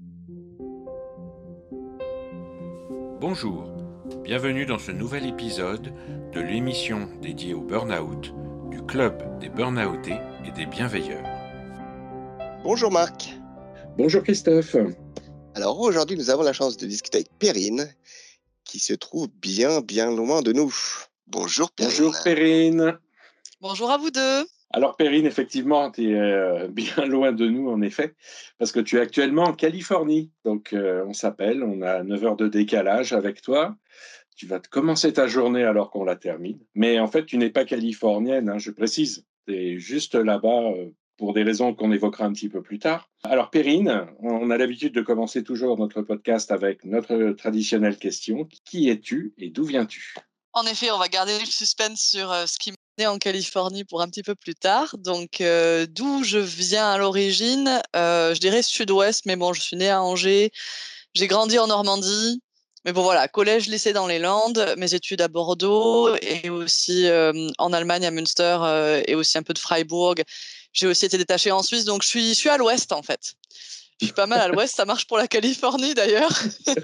Bonjour, bienvenue dans ce nouvel épisode de l'émission dédiée au burn-out du Club des Burn-outés et des Bienveilleurs. Bonjour Marc. Bonjour Christophe. Alors aujourd'hui, nous avons la chance de discuter avec Perrine, qui se trouve bien loin de nous. Bonjour Perrine. Bonjour Perrine. Bonjour à vous deux. Alors Perrine, effectivement, tu es bien loin de nous en effet, parce que tu es actuellement en Californie. Donc on s'appelle, on a 9 heures de décalage avec toi. Tu vas commencer ta journée alors qu'on la termine. Mais en fait, tu n'es pas californienne, hein, je précise. Tu es juste là-bas pour des raisons qu'on évoquera un petit peu plus tard. Alors Perrine, on a l'habitude de commencer toujours notre podcast avec notre traditionnelle question. Qui es-tu et d'où viens-tu ? En effet, on va garder le suspense sur ce qui m'est en Californie pour un petit peu plus tard. Donc, d'où je viens à l'origine, je dirais sud-ouest, mais bon, je suis née à Angers. J'ai grandi en Normandie. Mais bon, voilà, collège, lycée dans les Landes, mes études à Bordeaux et aussi en Allemagne, à Münster et aussi un peu de Freiburg. J'ai aussi été détachée en Suisse, donc je suis à l'ouest en fait. Je suis pas mal à l'ouest, ça marche pour la Californie d'ailleurs.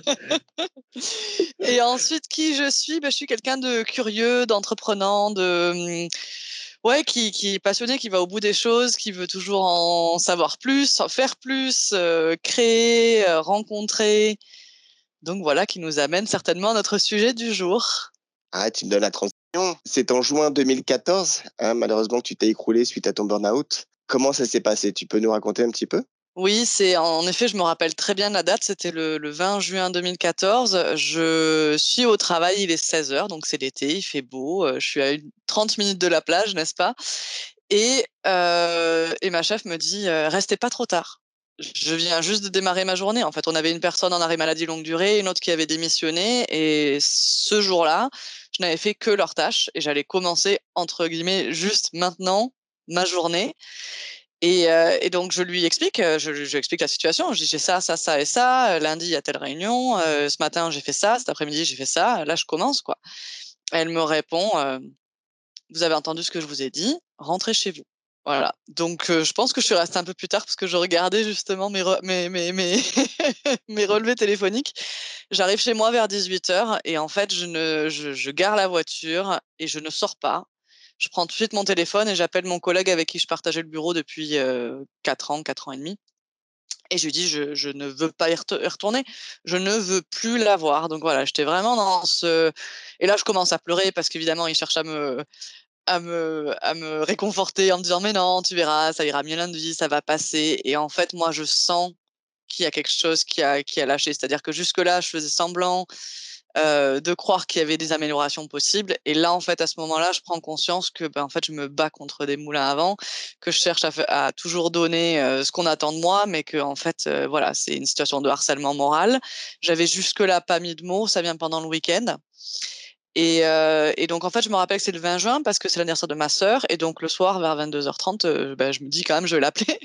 Et ensuite, qui je suis? Je suis quelqu'un de curieux, d'entreprenant, qui est passionné, qui va au bout des choses, qui veut toujours en savoir plus, en faire plus, créer, rencontrer. Donc voilà, qui nous amène certainement à notre sujet du jour. Ah, tu me donnes la transition. C'est en juin 2014, malheureusement, que tu t'es écroulé suite à ton burn-out. Comment ça s'est passé? Tu peux nous raconter un petit peu? Oui, en effet, je me rappelle très bien de la date, c'était le 20 juin 2014. Je suis au travail, il est 16 heures, donc c'est l'été, il fait beau, je suis à 30 minutes de la plage, n'est-ce pas? Et ma chef me dit restez pas trop tard. Je viens juste de démarrer ma journée. En fait, on avait une personne en arrêt maladie longue durée, une autre qui avait démissionné, et ce jour-là, je n'avais fait que leurs tâches et j'allais commencer entre guillemets juste maintenant ma journée. Et donc je lui explique, je explique la situation. Je dis j'ai ça, ça, ça et ça. Lundi il y a telle réunion. Ce matin j'ai fait ça. Cet après-midi j'ai fait ça. Là je commence quoi. Elle me répond vous avez entendu ce que je vous ai dit. Rentrez chez vous. Voilà. Donc je pense que je suis restée un peu plus tard parce que je regardais justement mes relevés téléphoniques. J'arrive chez moi vers 18h et en fait je gare la voiture et je ne sors pas. Je prends tout de suite mon téléphone et j'appelle mon collègue avec qui je partageais le bureau depuis 4 ans, 4 ans et demi. Et je lui dis, je ne veux pas y retourner. Je ne veux plus la voir. Donc voilà, j'étais vraiment dans ce... Et là, je commence à pleurer parce qu'évidemment, il cherche à me réconforter en me disant, mais non, tu verras, ça ira mieux lundi, ça va passer. Et en fait, moi, je sens qu'il y a quelque chose qui a lâché. C'est-à-dire que jusque-là, je faisais semblant de croire qu'il y avait des améliorations possibles. Et là, en fait, à ce moment-là, je prends conscience que, en fait, je me bats contre des moulins à vent, que je cherche à toujours donner ce qu'on attend de moi, mais que, en fait, voilà, c'est une situation de harcèlement moral. J'avais jusque-là pas mis de mots, ça vient pendant le week-end. Et donc, en fait, je me rappelle que c'est le 20 juin parce que c'est l'anniversaire de ma sœur. Et donc, le soir, vers 22h30, je me dis quand même, je vais l'appeler.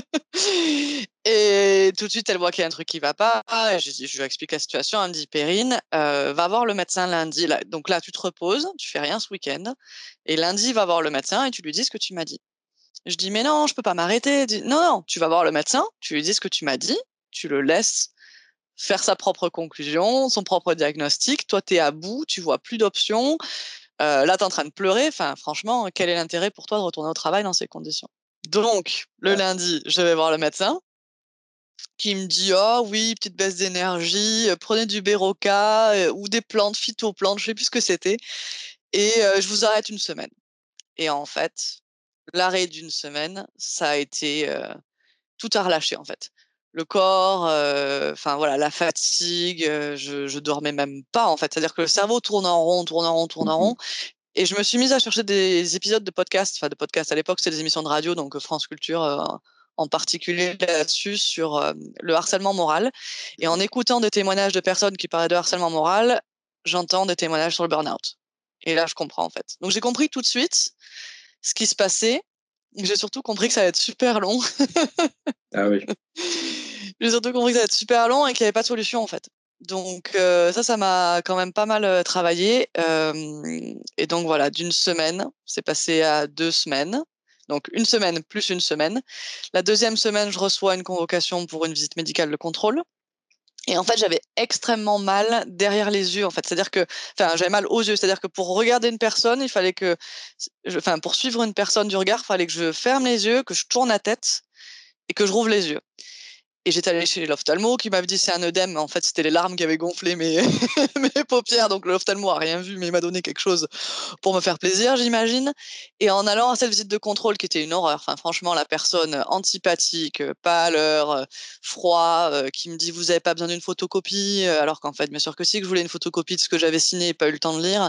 Et tout de suite, elle voit qu'il y a un truc qui va pas. Et je lui explique la situation. Elle me dit, Perrine, va voir le médecin lundi. Là, donc là, tu te reposes, tu fais rien ce week-end. Et lundi, va voir le médecin et tu lui dis ce que tu m'as dit. Je dis, mais non, je peux pas m'arrêter. Elle dit, non, non, tu vas voir le médecin, tu lui dis ce que tu m'as dit, tu le laisses faire sa propre conclusion, son propre diagnostic. Toi, tu es à bout, tu vois plus d'options. Là, tu es en train de pleurer. Enfin, franchement, quel est l'intérêt pour toi de retourner au travail dans ces conditions? Donc, le lundi, je vais voir le médecin qui me dit ah oui, petite baisse d'énergie, prenez du Béroca ou des plantes, phytoplantes, je sais plus ce que c'était, et je vous arrête une semaine. Et en fait, l'arrêt d'une semaine, ça a été tout a relâché en fait. Le corps, enfin voilà, la fatigue, je dormais même pas en fait. C'est-à-dire que le cerveau tourne en rond, tourne en rond, tourne en rond. Et je me suis mise à chercher des épisodes de podcasts, enfin de podcasts à l'époque, c'était des émissions de radio, donc France Culture en particulier là-dessus, sur le harcèlement moral. Et en écoutant des témoignages de personnes qui parlaient de harcèlement moral, j'entends des témoignages sur le burn-out. Et là, je comprends en fait. Donc j'ai compris tout de suite ce qui se passait. J'ai surtout compris que ça allait être super long. Ah oui. J'ai surtout compris que ça allait être super long et qu'il n'y avait pas de solution en fait. Donc ça m'a quand même pas mal travaillé. Et donc voilà, d'une semaine, c'est passé à 2 semaines. Donc, une semaine plus une semaine. La deuxième semaine, je reçois une convocation pour une visite médicale de contrôle. Et en fait, j'avais extrêmement mal derrière les yeux, en fait. C'est-à-dire que, enfin, j'avais mal aux yeux. C'est-à-dire que pour regarder une personne, il fallait que, enfin, pour suivre une personne du regard, il fallait que je ferme les yeux, que je tourne la tête et que je rouvre les yeux. Et j'étais allée chez l'ophtalmo qui m'avait dit c'est un œdème. En fait, c'était les larmes qui avaient gonflé mes, mes paupières. Donc l'ophtalmo a rien vu, mais il m'a donné quelque chose pour me faire plaisir, j'imagine. Et en allant à cette visite de contrôle qui était une horreur, enfin, franchement, la personne antipathique, pâleur, froid, qui me dit vous n'avez pas besoin d'une photocopie, alors qu'en fait, bien sûr que si, que je voulais une photocopie de ce que j'avais signé et pas eu le temps de lire,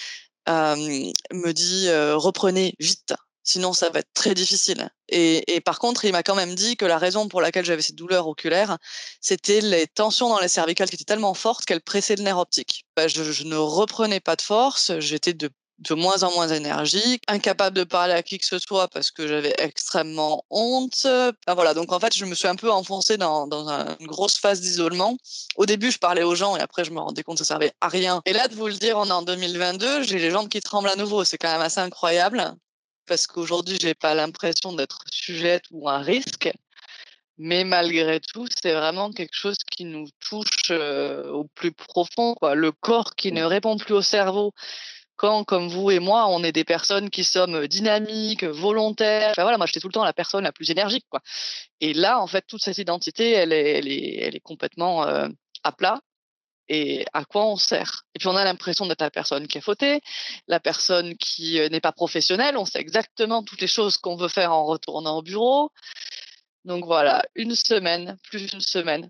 me dit reprenez vite. Sinon, ça va être très difficile. Et par contre, il m'a quand même dit que la raison pour laquelle j'avais cette douleur oculaire, c'était les tensions dans les cervicales qui étaient tellement fortes qu'elles pressaient le nerf optique. Bah, je ne reprenais pas de force, j'étais de moins en moins énergique, incapable de parler à qui que ce soit parce que j'avais extrêmement honte. Enfin, voilà, donc en fait, je me suis un peu enfoncée dans une grosse phase d'isolement. Au début, je parlais aux gens et après, je me rendais compte que ça servait à rien. Et là, de vous le dire, on est en 2022, j'ai les jambes qui tremblent à nouveau. C'est quand même assez incroyable parce qu'aujourd'hui, j'ai pas l'impression d'être sujette ou un risque. Mais malgré tout, c'est vraiment quelque chose qui nous touche au plus profond, quoi. Le corps qui ne répond plus au cerveau. Quand, comme vous et moi, on est des personnes qui sommes dynamiques, volontaires. Enfin, voilà, moi, j'étais tout le temps la personne la plus énergique, quoi. Et là, en fait, toute cette identité, elle est complètement à plat. Et à quoi on sert? Et puis on a l'impression d'être la personne qui a fauté, la personne qui n'est pas professionnelle. On sait exactement toutes les choses qu'on veut faire en retournant au bureau. Donc voilà, une semaine,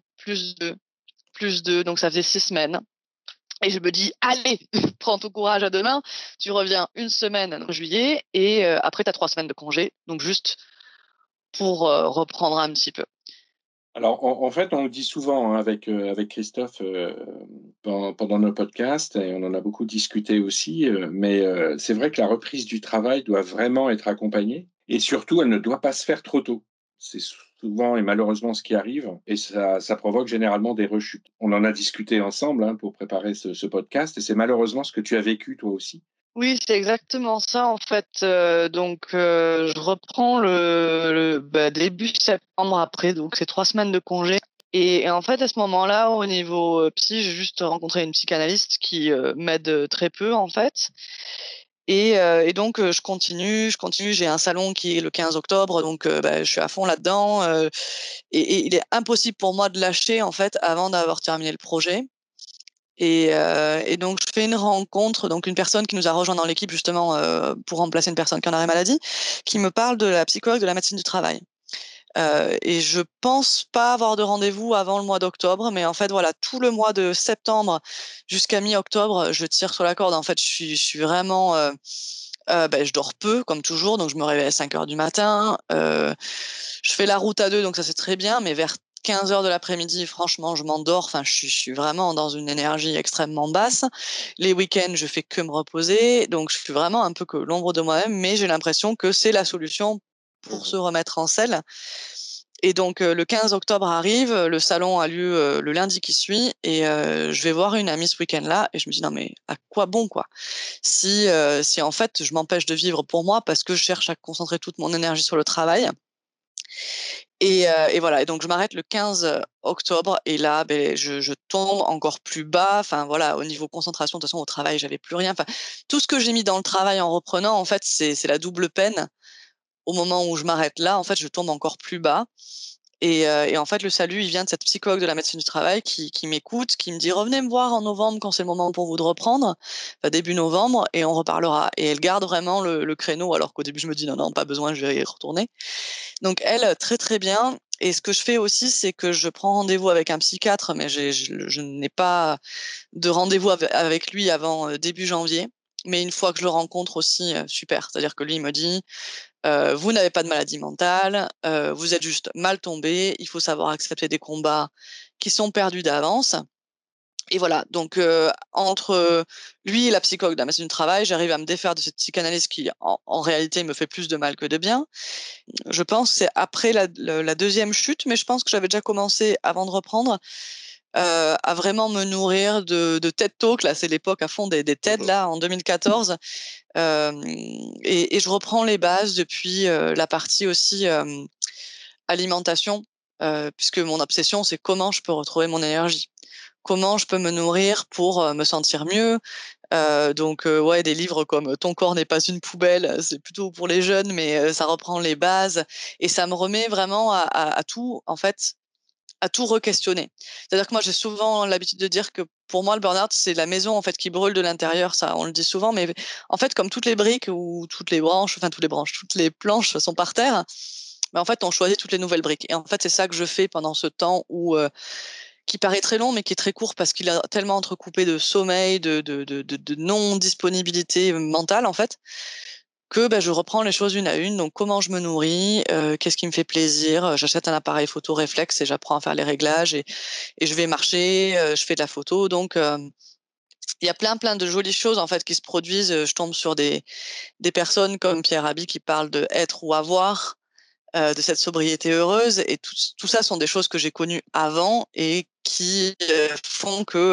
plus deux. Donc ça faisait 6 semaines. Et je me dis, allez, prends ton courage à deux mains. Tu reviens une semaine en juillet et après, tu as 3 semaines de congé. Donc juste pour reprendre un petit peu. Alors, en fait, on le dit souvent hein, avec Christophe pendant nos podcasts, et on en a beaucoup discuté aussi, mais c'est vrai que la reprise du travail doit vraiment être accompagnée, et surtout, elle ne doit pas se faire trop tôt. C'est souvent et malheureusement ce qui arrive, et ça provoque généralement des rechutes. On en a discuté ensemble hein, pour préparer ce podcast, et c'est malheureusement ce que tu as vécu toi aussi. Oui, c'est exactement ça en fait. Donc, je reprends début septembre après, donc c'est 3 semaines de congé. Et en fait, à ce moment-là, au niveau psy, j'ai juste rencontré une psychanalyste qui m'aide très peu en fait. Et donc, je continue. J'ai un salon qui est le 15 octobre, donc je suis à fond là-dedans. Et il est impossible pour moi de lâcher en fait avant d'avoir terminé le projet. Et donc, je fais une rencontre, donc une personne qui nous a rejoint dans l'équipe justement pour remplacer une personne qui en arrêt maladie, qui me parle de la psychologue de la médecine du travail. Et je pense pas avoir de rendez-vous avant le mois d'octobre, mais en fait, voilà, tout le mois de septembre jusqu'à mi-octobre, je tire sur la corde. En fait, je suis vraiment, je dors peu, comme toujours, donc je me réveille à 5 heures du matin. Je fais la route à deux, donc ça c'est très bien, mais vers 15 heures de l'après-midi, franchement, je m'endors. Enfin, je suis vraiment dans une énergie extrêmement basse. Les week-ends, je fais que me reposer, donc je suis vraiment un peu que l'ombre de moi-même, mais j'ai l'impression que c'est la solution pour se remettre en selle. Et donc, le 15 octobre arrive, le salon a lieu le lundi qui suit, et je vais voir une amie ce week-end-là, et je me dis non mais à quoi bon quoi? Si en fait je m'empêche de vivre pour moi parce que je cherche à concentrer toute mon énergie sur le travail. Et voilà. Et donc je m'arrête le 15 octobre, et là, je tombe encore plus bas. Enfin voilà, au niveau concentration, de toute façon au travail j'avais plus rien. Enfin tout ce que j'ai mis dans le travail en reprenant, en fait c'est la double peine. Au moment où je m'arrête là, en fait je tombe encore plus bas. Et en fait, le salut, il vient de cette psychologue de la médecine du travail qui m'écoute, qui me dit revenez me voir en novembre quand c'est le moment pour vous de reprendre, enfin, début novembre, et on reparlera. Et elle garde vraiment le créneau, alors qu'au début je me dis non non pas besoin, je vais y retourner. Donc elle, très très bien. Et ce que je fais aussi, c'est que je prends rendez-vous avec un psychiatre, mais je n'ai pas de rendez-vous avec lui avant début janvier. Mais une fois que je le rencontre aussi, super. C'est-à-dire que lui, il me dit vous n'avez pas de maladie mentale, vous êtes juste mal tombé, il faut savoir accepter des combats qui sont perdus d'avance. Et voilà, donc entre lui et la psychologue de la médecine du travail, j'arrive à me défaire de cette psychanalyse qui, en réalité, me fait plus de mal que de bien. Je pense que c'est après la deuxième chute, mais je pense que j'avais déjà commencé avant de reprendre. à vraiment me nourrir de TED Talk. Là, c'est l'époque à fond des TED, là, en 2014. Et je reprends les bases depuis la partie aussi alimentation, puisque mon obsession, c'est comment je peux retrouver mon énergie. Comment je peux me nourrir pour me sentir mieux. Donc, ouais, des livres comme Ton corps n'est pas une poubelle, c'est plutôt pour les jeunes, mais ça reprend les bases et ça me remet vraiment à tout, en fait, à tout re-questionner. C'est-à-dire que moi, j'ai souvent l'habitude de dire que pour moi, le burn-out, c'est la maison en fait qui brûle de l'intérieur. Ça, on le dit souvent, mais en fait, comme toutes les briques ou toutes les planches sont par terre, mais en fait, on choisit toutes les nouvelles briques. Et en fait, c'est ça que je fais pendant ce temps où qui paraît très long, mais qui est très court parce qu'il a tellement entrecoupé de sommeil, de non-disponibilité mentale, en fait, que bah, je reprends les choses une à une. Donc, comment je me nourris, qu'est-ce qui me fait plaisir. J'achète un appareil photo réflexe et j'apprends à faire les réglages et je vais marcher, je fais de la photo. Donc, il y a plein de jolies choses en fait qui se produisent. Je tombe sur des personnes comme Pierre Rabhi qui parlent de être ou avoir, de cette sobriété heureuse. Et tout ça sont des choses que j'ai connues avant et qui font que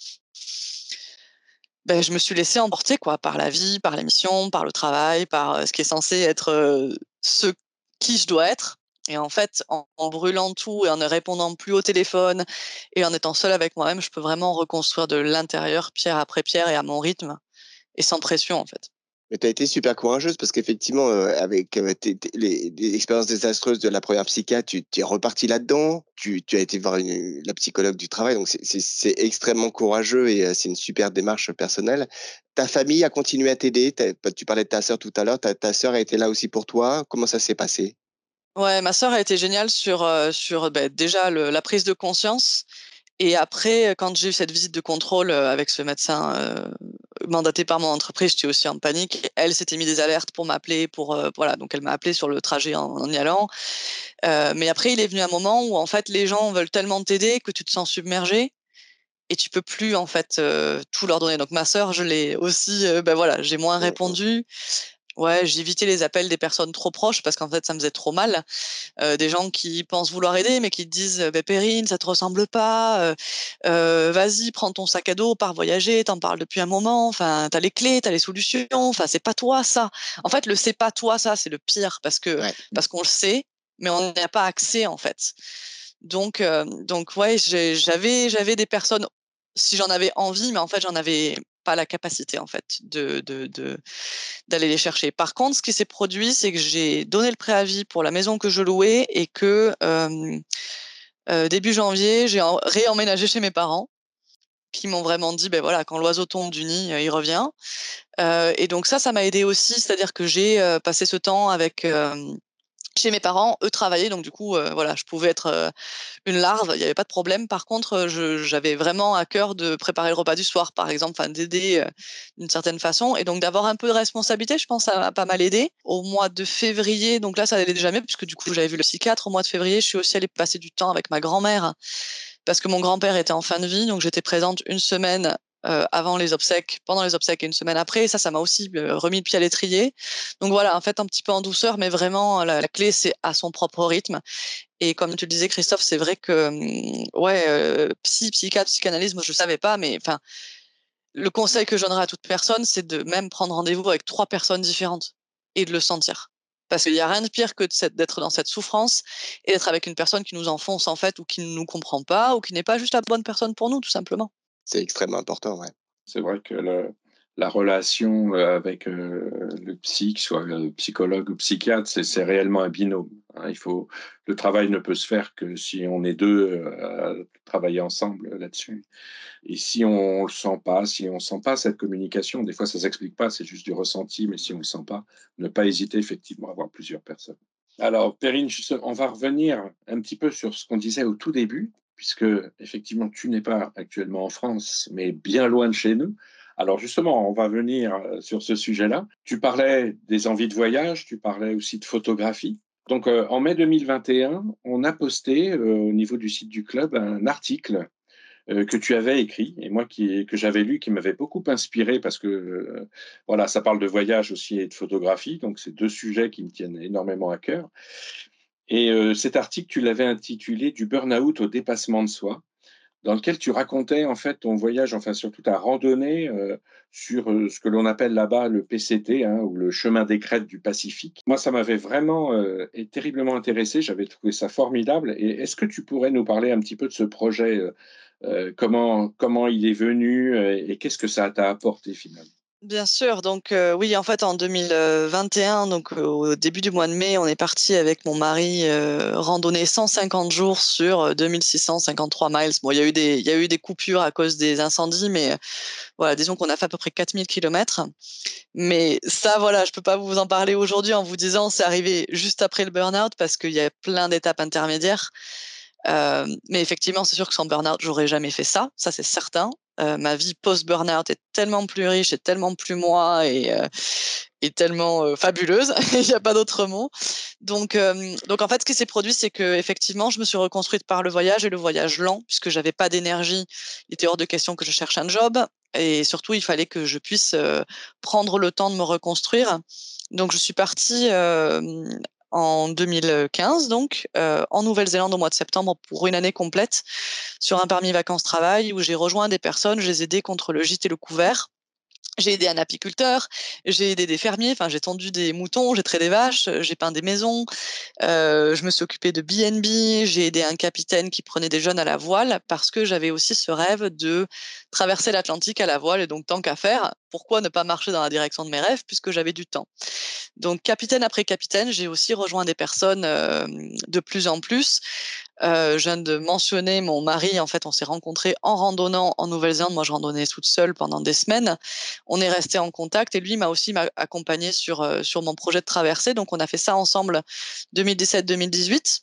ben, je me suis laissée emporter quoi, par la vie, par l'émission, par le travail, par ce qui est censé être ce qui je dois être. Et en fait, en brûlant tout et en ne répondant plus au téléphone et en étant seule avec moi-même, je peux vraiment reconstruire de l'intérieur, pierre après pierre et à mon rythme et sans pression en fait. Mais tu as été super courageuse parce qu'effectivement, avec les expériences désastreuses de la première psychiatre, tu es reparti là-dedans. Tu as été voir la psychologue du travail. Donc, c'est extrêmement courageux et c'est une super démarche personnelle. Ta famille a continué à t'aider. Tu parlais de ta sœur tout à l'heure. Ta sœur a été là aussi pour toi. Comment ça s'est passé? Ouais, ma sœur a été géniale sur ben, déjà la prise de conscience. Et après, quand j'ai eu cette visite de contrôle avec ce médecin mandaté par mon entreprise, j'étais aussi en panique. Elle s'était mis des alertes pour m'appeler, voilà. Donc elle m'a appelé sur le trajet en y allant. Mais après, il est venu un moment où en fait les gens veulent tellement t'aider que tu te sens submergé et tu peux plus en fait tout leur donner. Donc ma sœur, je l'ai aussi, ben voilà, j'ai moins Mhm. répondu. Ouais, j'ai évité les appels des personnes trop proches parce qu'en fait ça me faisait trop mal. Des gens qui pensent vouloir aider, mais qui te disent bah, Perrine, ça te ressemble pas, vas-y, prends ton sac à dos, pars voyager, t'en parles depuis un moment, enfin, t'as les clés, t'as les solutions, enfin, c'est pas toi ça. En fait, le c'est pas toi ça, c'est le pire Ouais. parce qu'on le sait, mais on n'y a pas accès en fait. Donc ouais, j'avais des personnes, si j'en avais envie, mais en fait, j'en avais pas la capacité en fait d'aller les chercher. Par contre, ce qui s'est produit, c'est que j'ai donné le préavis pour la maison que je louais et que début janvier, j'ai réemménagé chez mes parents qui m'ont vraiment dit, ben voilà, quand l'oiseau tombe du nid, il revient. Et donc ça m'a aidé aussi, c'est-à-dire que j'ai passé ce temps avec chez mes parents, eux travaillaient, donc du coup, voilà, je pouvais être une larve, il n'y avait pas de problème. Par contre, j'avais vraiment à cœur de préparer le repas du soir, par exemple, enfin d'aider d'une certaine façon. Et donc d'avoir un peu de responsabilité, je pense, ça m'a pas mal aidé. Au mois de février, donc là, ça allait déjà mieux, puisque du coup, j'avais vu le psychiatre. Au mois de février, je suis aussi allée passer du temps avec ma grand-mère, parce que mon grand-père était en fin de vie, donc j'étais présente une semaine avant les obsèques, pendant les obsèques et une semaine après. Et ça m'a aussi remis le pied à l'étrier. Donc voilà, en fait, un petit peu en douceur, mais vraiment, la clé, c'est à son propre rythme. Et comme tu le disais, Christophe, c'est vrai que, ouais, psychiatre, psychanalyse, moi, je savais pas, mais enfin, le conseil que je donnerais à toute personne, c'est de même prendre rendez-vous avec 3 personnes différentes et de le sentir. Parce qu'il y a rien de pire que d'être dans cette souffrance et d'être avec une personne qui nous enfonce, en fait, ou qui ne nous comprend pas, ou qui n'est pas juste la bonne personne pour nous, tout simplement. C'est extrêmement important, ouais. C'est vrai que la relation avec le psy, que ce soit psychologue ou psychiatre, c'est réellement un binôme, hein. Le travail ne peut se faire que si on est deux à travailler ensemble là-dessus. Et si on le sent pas, si on sent pas cette communication, des fois ça s'explique pas, c'est juste du ressenti, mais si on le sent pas, ne pas hésiter effectivement à avoir plusieurs personnes. Alors, Perrine, on va revenir un petit peu sur ce qu'on disait au tout début, puisque effectivement, tu n'es pas actuellement en France, mais bien loin de chez nous. Alors justement, on va venir sur ce sujet-là. Tu parlais des envies de voyage, tu parlais aussi de photographie. Donc, en mai 2021, on a posté au niveau du site du club un article que tu avais écrit et moi que j'avais lu, qui m'avait beaucoup inspiré parce que voilà, ça parle de voyage aussi et de photographie, donc c'est deux sujets qui me tiennent énormément à cœur. Et cet article, tu l'avais intitulé Du burn-out au dépassement de soi. dans lequel tu racontais en fait ton voyage, enfin surtout ta randonnée sur ce que l'on appelle là-bas le PCT, hein, ou le chemin des crêtes du Pacifique. Moi, ça m'avait vraiment et terriblement intéressé. J'avais trouvé ça formidable. Et est-ce que tu pourrais nous parler un petit peu de ce projet, comment il est venu et qu'est-ce que ça t'a apporté finalement? Bien sûr, donc oui, en fait, en 2021, donc au début du mois de mai, on est parti avec mon mari randonner 150 jours sur 2653 miles. Bon, il y a eu des coupures à cause des incendies, mais voilà, disons qu'on a fait à peu près 4000 kilomètres. Mais ça, voilà, je peux pas vous en parler aujourd'hui en vous disant c'est arrivé juste après le burn-out parce qu'il y a plein d'étapes intermédiaires. Mais effectivement, c'est sûr que sans burn-out, j'aurais jamais fait ça. Ça, c'est certain. Ma vie post-burn-out est tellement plus riche et tellement plus moi et tellement fabuleuse. Il n'y a pas d'autre mot. Donc en fait, ce qui s'est produit, c'est que effectivement, je me suis reconstruite par le voyage et le voyage lent, puisque j'avais pas d'énergie. Il était hors de question que je cherche un job. Et surtout, il fallait que je puisse prendre le temps de me reconstruire. Donc, je suis partie en 2015, donc, en Nouvelle-Zélande au mois de septembre pour une année complète sur un permis vacances-travail où j'ai rejoint des personnes, je les ai aidées contre le gîte et le couvert. J'ai aidé un apiculteur, j'ai aidé des fermiers, enfin j'ai tendu des moutons, j'ai traité des vaches, j'ai peint des maisons, je me suis occupée de B&B, j'ai aidé un capitaine qui prenait des jeunes à la voile parce que j'avais aussi ce rêve de traverser l'Atlantique à la voile et donc tant qu'à faire, pourquoi ne pas marcher dans la direction de mes rêves puisque j'avais du temps. Donc capitaine après capitaine, j'ai aussi rejoint des personnes de plus en plus. Je viens de mentionner mon mari, en fait, on s'est rencontrés en randonnant en Nouvelle-Zélande. Moi, je randonnais toute seule pendant des semaines. On est resté en contact et lui m'a aussi accompagné sur mon projet de traversée. Donc, on a fait ça ensemble 2017-2018.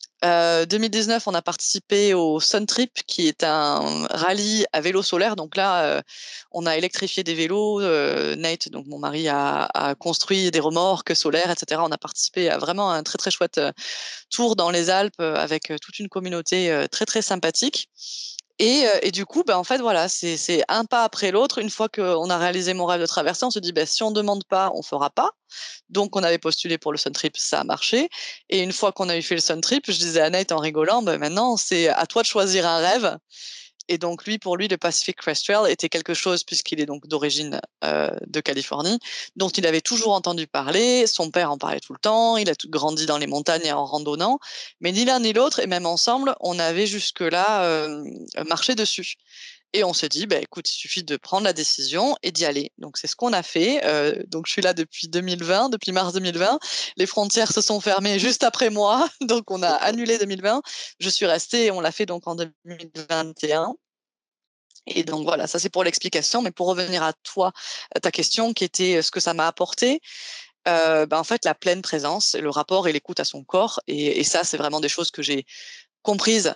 2019, on a participé au Sun Trip, qui est un rallye à vélo solaire. Donc là, on a électrifié des vélos. Nate, donc mon mari, a construit des remorques solaires, etc. On a participé à vraiment un très très chouette tour dans les Alpes avec toute une communauté très très sympathique. Et du coup, en fait, voilà, c'est un pas après l'autre. Une fois qu'on a réalisé mon rêve de traverser, on se dit, si on ne demande pas, on ne fera pas. Donc, on avait postulé pour le Sun Trip, ça a marché. Et une fois qu'on a eu fait le Sun Trip, je disais à Nate en rigolant, maintenant, c'est à toi de choisir un rêve. Et donc, pour lui, le Pacific Crest Trail était quelque chose, puisqu'il est donc d'origine de Californie, dont il avait toujours entendu parler. Son père en parlait tout le temps. Il a grandi dans les montagnes en randonnant. Mais ni l'un ni l'autre, et même ensemble, on avait jusque-là marché dessus. Et on s'est dit, écoute, il suffit de prendre la décision et d'y aller. Donc, c'est ce qu'on a fait. Donc, je suis là depuis 2020, depuis mars 2020. Les frontières se sont fermées juste après moi. Donc, on a annulé 2020. Je suis restée et on l'a fait donc en 2021. Et donc, voilà, ça c'est pour l'explication. Mais pour revenir à toi, ta question qui était ce que ça m'a apporté, en fait, la pleine présence, le rapport et l'écoute à son corps. Et ça, c'est vraiment des choses que j'ai comprises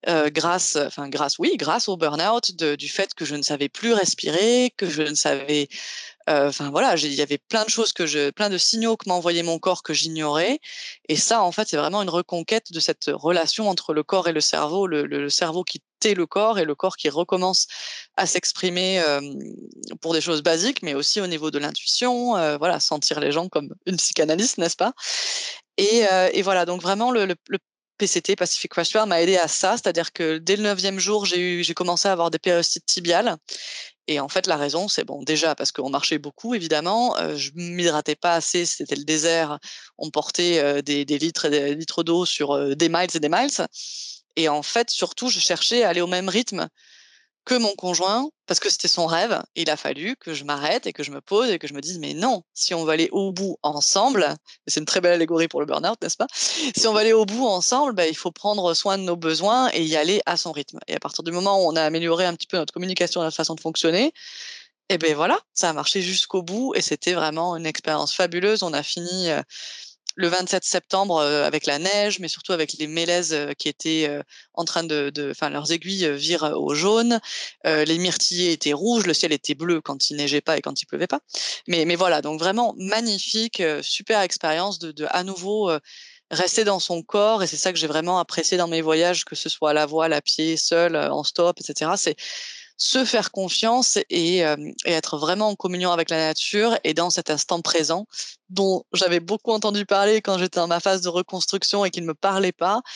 grâce au burn-out, du fait que je ne savais plus respirer, que je ne savais voilà, il y avait plein de choses plein de signaux que m'envoyait mon corps que j'ignorais. Et ça, en fait, c'est vraiment une reconquête de cette relation entre le corps et le cerveau, le cerveau qui tait le corps et le corps qui recommence à s'exprimer pour des choses basiques, mais aussi au niveau de l'intuition, voilà, sentir les gens comme une psychanalyste, n'est-ce pas? Et voilà, donc vraiment le PCT, Pacific Crest Trail, m'a aidé à ça, c'est-à-dire que dès le 9e jour, j'ai commencé à avoir des périostites tibiales. Et en fait, la raison, c'est bon, déjà parce qu'on marchait beaucoup, évidemment. Je m'hydratais pas assez, c'était le désert. On portait des litres et des litres d'eau sur des miles et des miles. Et en fait, surtout, je cherchais à aller au même rythme que mon conjoint, parce que c'était son rêve. Il a fallu que je m'arrête et que je me pose et que je me dise, mais non, si on va aller au bout ensemble, c'est une très belle allégorie pour le burn-out, n'est-ce pas? Si on va aller au bout ensemble, il faut prendre soin de nos besoins et y aller à son rythme. Et à partir du moment où on a amélioré un petit peu notre communication, notre façon de fonctionner, et ben voilà, ça a marché jusqu'au bout et c'était vraiment une expérience fabuleuse. On a fini le 27 septembre avec la neige, mais surtout avec les mélèzes qui étaient en train enfin leurs aiguilles virent au jaune. Les myrtillers étaient rouges, le ciel était bleu quand il neigeait pas et quand il pleuvait pas. Mais voilà, donc vraiment magnifique, super expérience de à nouveau rester dans son corps et c'est ça que j'ai vraiment apprécié dans mes voyages, que ce soit à la voile, à pied, seul, en stop, etc. C'est se faire confiance et être vraiment en communion avec la nature et dans cet instant présent dont j'avais beaucoup entendu parler quand j'étais dans ma phase de reconstruction et qui ne me parlait pas.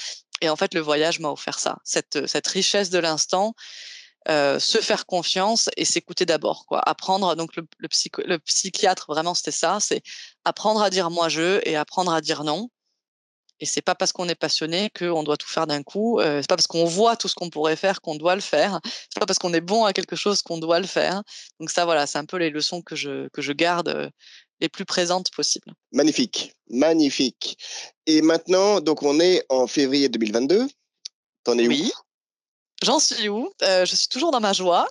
Et en fait, le voyage m'a offert ça, cette richesse de l'instant, se faire confiance et s'écouter d'abord, quoi. Apprendre, donc le psychiatre, vraiment, c'était ça, c'est apprendre à dire moi je et apprendre à dire non. Et c'est pas parce qu'on est passionné qu'on doit tout faire d'un coup. C'est pas parce qu'on voit tout ce qu'on pourrait faire qu'on doit le faire. C'est pas parce qu'on est bon à quelque chose qu'on doit le faire. Donc ça, voilà, c'est un peu les leçons que je garde les plus présentes possibles. Magnifique, magnifique. Et maintenant, donc on est en février 2022. T'en es où? Oui. J'en suis où? Je suis toujours dans ma joie.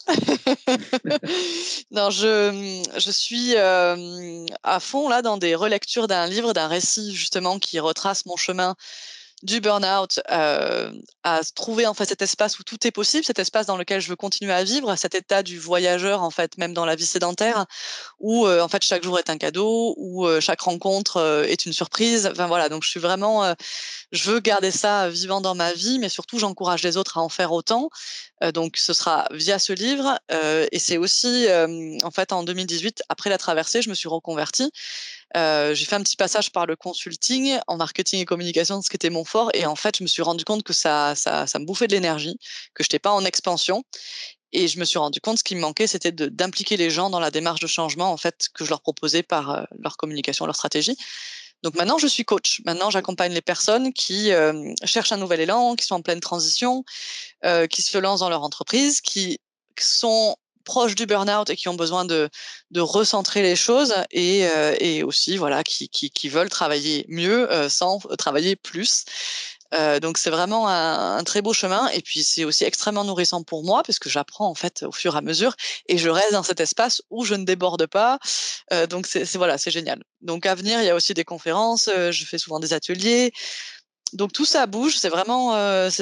Non, je suis à fond là dans des relectures d'un livre, d'un récit justement qui retrace mon chemin du burn-out à trouver en fait cet espace où tout est possible, cet espace dans lequel je veux continuer à vivre, cet état du voyageur en fait, même dans la vie sédentaire, où en fait chaque jour est un cadeau, où chaque rencontre est une surprise. Enfin voilà, donc je suis vraiment, je veux garder ça vivant dans ma vie, mais surtout j'encourage les autres à en faire autant. Donc ce sera via ce livre et c'est aussi en fait en 2018 après la traversée, je me suis reconvertie. J'ai fait un petit passage par le consulting en marketing et communication, ce qui était mon fort. Et en fait, je me suis rendu compte que ça me bouffait de l'énergie, que je n'étais pas en expansion. Et je me suis rendu compte que ce qui me manquait, c'était d'impliquer les gens dans la démarche de changement en fait, que je leur proposais par leur communication, leur stratégie. Donc maintenant, je suis coach. Maintenant, j'accompagne les personnes qui cherchent un nouvel élan, qui sont en pleine transition, qui se lancent dans leur entreprise, qui sont proches du burn-out et qui ont besoin de recentrer les choses et aussi voilà qui veulent travailler mieux sans travailler plus. Donc c'est vraiment un très beau chemin et puis c'est aussi extrêmement nourrissant pour moi parce que j'apprends en fait au fur et à mesure et je reste dans cet espace où je ne déborde pas. Donc c'est voilà, c'est génial. Donc à venir, il y a aussi des conférences, je fais souvent des ateliers. Donc tout ça bouge, c'est vraiment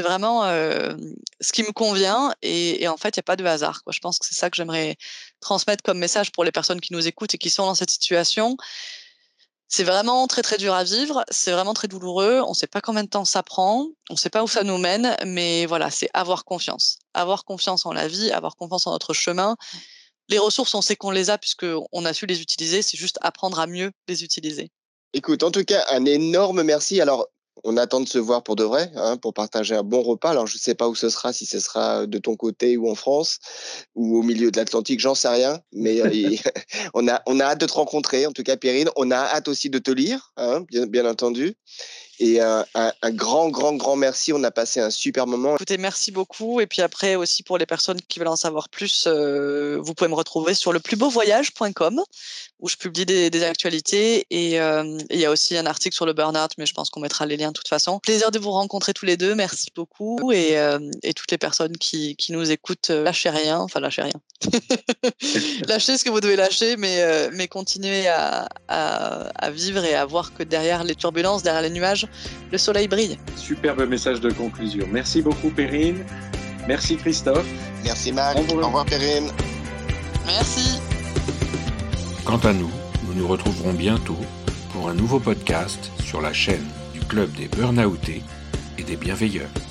ce qui me convient et en fait, il y a pas de hasard, quoi. Je pense que c'est ça que j'aimerais transmettre comme message pour les personnes qui nous écoutent et qui sont dans cette situation. C'est vraiment très, très dur à vivre, c'est vraiment très douloureux, on sait pas combien de temps ça prend, on sait pas où ça nous mène, mais voilà, c'est avoir confiance. Avoir confiance en la vie, avoir confiance en notre chemin. Les ressources, on sait qu'on les a puisqu'on a su les utiliser, c'est juste apprendre à mieux les utiliser. Écoute, en tout cas, un énorme merci. Alors, on attend de se voir pour de vrai, hein, pour partager un bon repas. Alors, je ne sais pas où ce sera, si ce sera de ton côté ou en France ou au milieu de l'Atlantique, j'en sais rien. Mais on a hâte de te rencontrer, en tout cas, Perrine. On a hâte aussi de te lire, hein, bien entendu. Et un grand merci. On a passé un super moment. Écoutez, merci beaucoup. Et puis après aussi pour les personnes qui veulent en savoir plus, vous pouvez me retrouver sur leplusbeauvoyage.com où je publie des actualités et il y a aussi un article sur le burn-out, mais je pense qu'on mettra les liens de toute façon. Plaisir de vous rencontrer tous les deux. Merci beaucoup et toutes les personnes qui nous écoutent, lâchez rien. Lâchez ce que vous devez lâcher, mais continuez à vivre et à voir que derrière les turbulences, derrière les nuages, le soleil brille. Superbe message de conclusion. Merci beaucoup, Perrine. Merci, Christophe. Merci, Marc. Au revoir, Perrine. Merci. Quant à nous, nous nous retrouverons bientôt pour un nouveau podcast sur la chaîne du Club des Burnoutés et des Bienveilleurs.